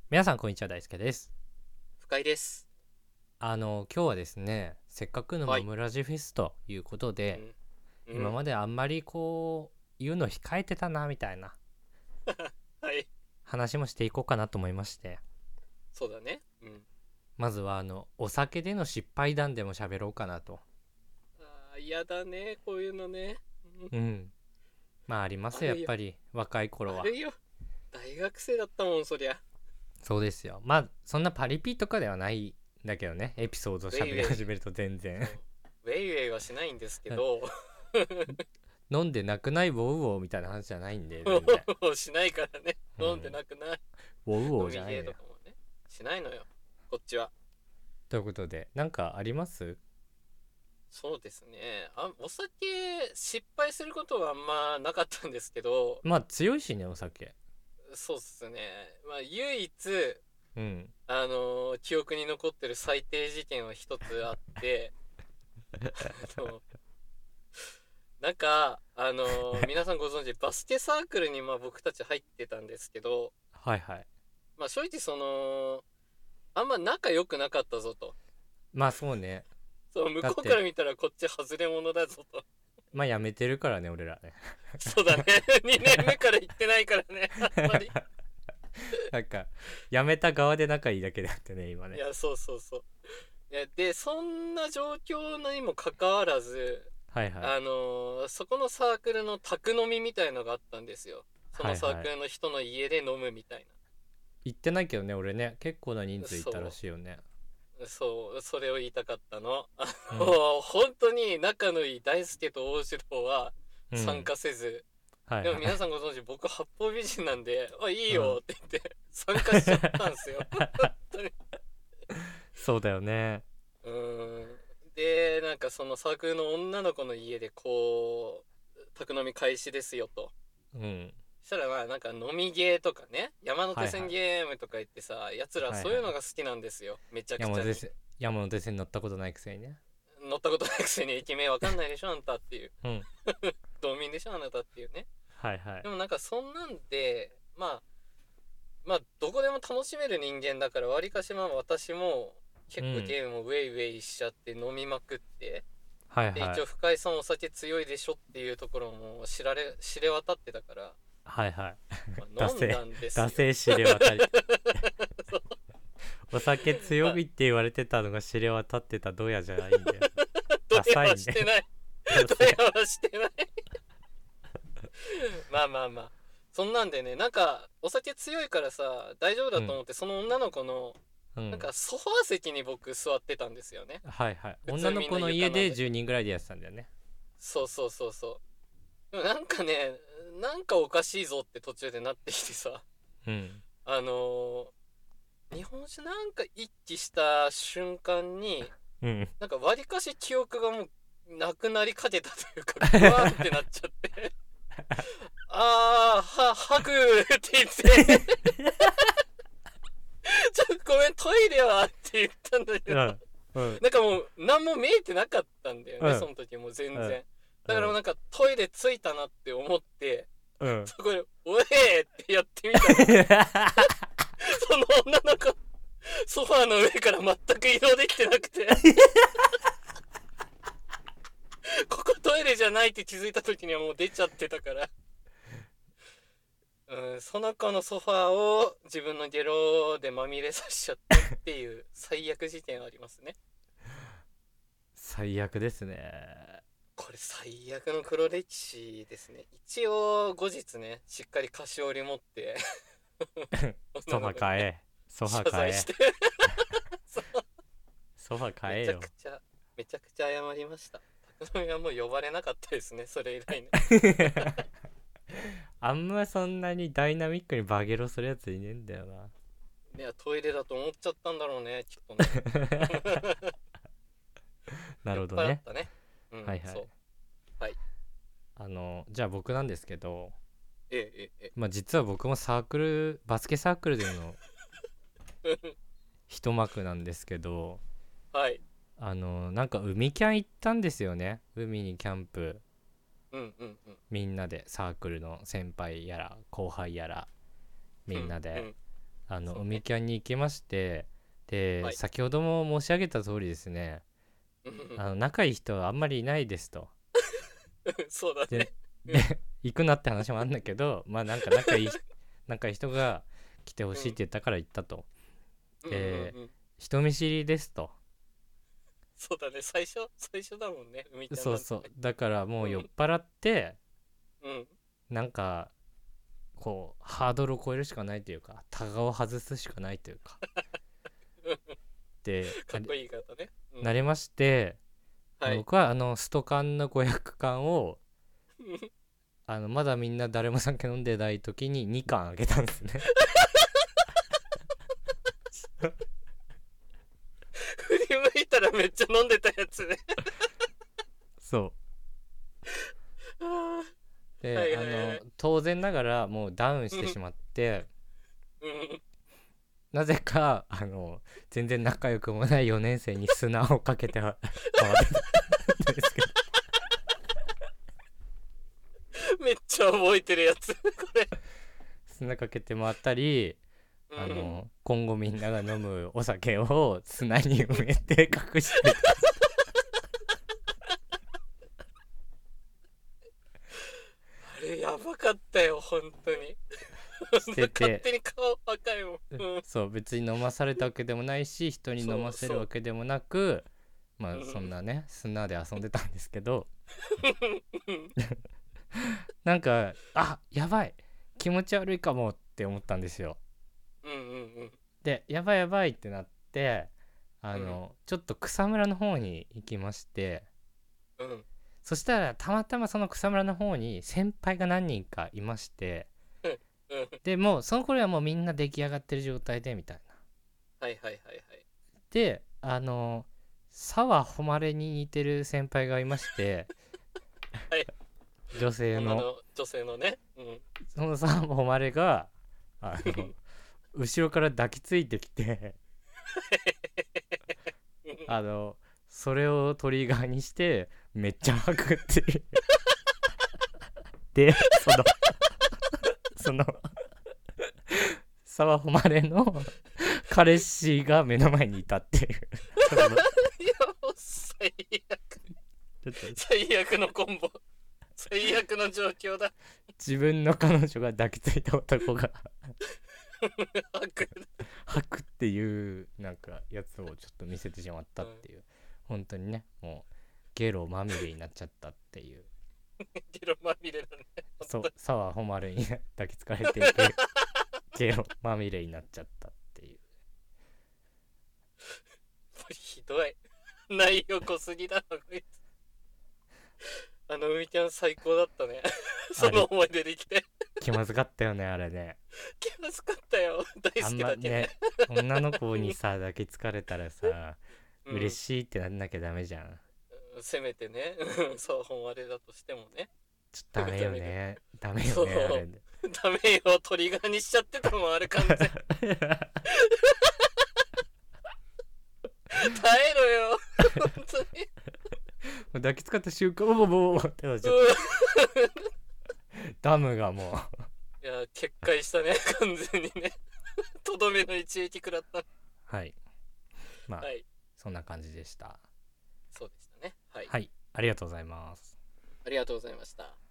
皆さんこんにちは、大輔です。 深井です。 今日はですね、せっかくのはい。 マムラジフェスということで、 うん。うん。 今まであんまり言うの控えてたなみたいなはい。 話もしていこうかなと思いまして、 そうだね。うん。 まずはお酒での失敗談でも喋ろうかなと。 ああ、嫌だね。こういうのね。うん。 うん。まあありますよ、やっあるよ。 ぱり若い頃は。 あるよ。大学生だったもん、そりゃ。 そうですよ。まあそんなパリピとかではないんだけどね、エピソードウェイウェイ。 喋り始めると全然そう。ウェイウェイはしないんですけど、 飲んでなくないウォウウォウみたいな話じゃないんで、全然。 しないからね。飲んでうん。 なくない。 ウォウウォ飲みゲーウじゃないのよ。 とかもね。しないのよ。こっちは。 ということで、なんかあります？ そうですね。お酒失敗することはあんまなかったんですけど、 まあ強いしね、お酒。 そうっすね。まあ唯一、 うん。 記憶に残ってる最低事件は一つあって、あの皆さんご存知、バスケサークルに僕たち入ってたんですけど、 はいはい。 正直あんま仲良くなかったぞと。 まあそうね。 そう、向こうからだって、 見たらこっち外れ者だぞと。 まあやめてるからね、俺らね。 そうだね。2年目から行ってないからね、あんまり。 なんか、やめた側で仲いいだけであってね、今ね。 いや、そうそうそう。いや、で、そんな状況にもかかわらず、 はいはい。 そこのサークルの宅飲みみたいのがあったんですよ。そのサーはいはい。 クルの人の家で飲むみたい言ってないけどね、俺ね、結構な人な。 数いたらしいよね。 そう、それを言いたかったの。 うん。 本当に仲のいい大輔と大次郎は参うん。 加せず、でもはいはい。 皆さんご存知、僕八方美人なんで、いいうん。 よって言って参加しちゃったんですよ。本当に。 そうだよね。 うーん。で、なんかそのサークルの女の子の家で宅飲み開始ですよと。 うん。 そしたらなんか飲みゲーとかね、山手線はいはい。 ゲームとか言ってさ、奴らそういうのはいはい。 が好きなんですよ。めちゃくちゃに。 山手線、山手線乗ったことないくせにね。 乗ったことないくせに駅名わかんないでしょあんたっていう。 うん。 道民でしょあなたっていうね。 はいはい。 でもなんかそんなんで、どこでも楽しめる人間だから、わりかし私も結構うん。 ゲームもウェイウェイしちゃって飲みまくって、で、 はいはい。 一応深井さんお酒強いでしょっていうところも知れ渡ってたから、 はいはい。惰飲んだ性、 んですよ。 惰性知れ渡り。 そう。 お酒まあ、 強火って言われてたのが知れ渡ってたドヤじゃないんだよ。ダドヤサいね。 はしてない。 ダドサい。 ヤはしてない。そんなんでね、なんか、お酒強いからさ、大丈夫うん。 だと思って、その女の子の、 うん。 ソファー席に僕座ってたんですよね。 はいはい。 普通みんな女の子の家で10 床なんだけど。 人ぐらいでやってたんだよね。 そうそうそうそう。でもなんかね、なんかおかしいぞって途中でなってきてさ、 うん。 あのー日本酒なんか一気した瞬間に、 うん。 なんか割かし記憶がもうなくなりかけたというか、グワーってなっちゃって、吐くって言って、ちょっとごめん、トイレはって言ったんだけど、 うん。うん。 なんかもう何も見えてなかったんだよね、そうん。 の時もう全うん。 然。だからなんかトイレ着いたなって思って、 うん。 そこで、おえーってやってみたら、その女の子、ソファーの上から全く移動できてなくて、ここトイレじゃないって気づいた時にはもう出ちゃってたから、その子のソファーを自分のゲロでまみれさせちゃったっていう最悪事件ありますね。 最悪ですね。 これ最悪の黒歴史ですね。一応後日ね、しっかり菓子折り持ってソファ女の子にね、 買え。ソファ買え。 謝罪してそう、 ソファめ買えよ。 ちゃくちゃめちゃくちゃ謝りました。宅飲みはもう呼ばれなかったですね、それ以来ね。 あんまそんなにダイナミックにバゲロするやついねえんだよな。 いや、トイレだと思っちゃったんだろうね、きっとね。 な酔っるほどね。 払ったね。うん、 はいはい。 そう。はい。 じゃあ僕なんですけど、 ええ、ええ、 まあ実は僕もバスケサークルでのええ。 一幕なんですけど、 はい。 なんか海キャン行ったんですよね。海にキャンプ。 うんうんうん。 みんなでサークルの先輩やら後輩やらみうんんなでうんそうね海キャンに行きまして、で、 はい先ほども申し上げた通りですね、仲いい人はあんまりいないですと。 そうだね。 で行くなって話もあんだけど、まあなんか仲いい人が来てほしいって言ったから行ったと。で、人見知りですと。 そうだね、最初だもんね、海ちゃんなんて。 そうそう。だからもう酔っ払って、 うんなんかこうハードルを超えるしかないというか、タガを外すしかないというかでかっこいい方ね。 なりまして、 はい。 僕はスト缶の500缶をまだみんな誰も酒飲んでない時に2缶あげたんですね。 振り向いたらめっちゃ飲んでたやつね。 そうあで、 はいはいはい当然ながらもうダウンしてしまって、なぜか全然仲良くもない4年生に砂をかけて回ってたんですけど、 めっちゃ覚えてるやつこれ。 砂かけて回ったり、今後みんなが飲むお酒を砂に埋めて隠してた。 あれやばかったよ本当に。 してて勝手に顔赤いもん。 そう別に飲まされたわけでもないし、人に飲ませるわけでもなく、まあそんなね砂で遊んでたんですけど、なんかやばい、気持ち悪いかもって思ったんですよ。でやばいやばいってなって、ちょっと草むらの方に行きまして、そしたらたまたまその草むらの方に先輩が何人かいまして、でもうその頃はもうみんな出来上がってる状態でみたいな。 はいはいはいはい。 で沢誉に似てる先輩がいまして、 はい、 女性のね、 その沢誉が後ろから抱きついてきてそれをトリガーにしてめっちゃ吐くっていうでその沢誉の彼氏が目の前にいたっていういや最悪のコンボ、最悪の状況だ。 自分の彼女が抱きついた男が吐くっていうなんかやつをちょっと見せてしまったっていう、本当にねもうゲロまみれになっちゃったっていうゲロまみれだね。 そう沢誉に抱きつかれていくゲロまみれになっちゃったっていうひどい内容濃すぎだなこいつ。海ちゃん最高だったね。その思い出できて気まずかったよねあれね。 気まずかったよ、大好きだけどね。 女の子にさ抱きつかれたらさ、嬉しいってなんなきゃダメじゃん。 せめてね、そう本割れだとしてもね。 ちょっとダメよねダメよねあれね。 ダメよ、トリガーにしちゃってたもんあれ完全。耐えろよ本当に。 抱きつかった瞬間ボボボってなっちゃったダムがもういや決壊したね完全にね。とどめの一撃食らった。 はいまあ、 はい、 そんな感じでした。 そうでしたね。はい、 はい、ありがとうございます。 ありがとうございました。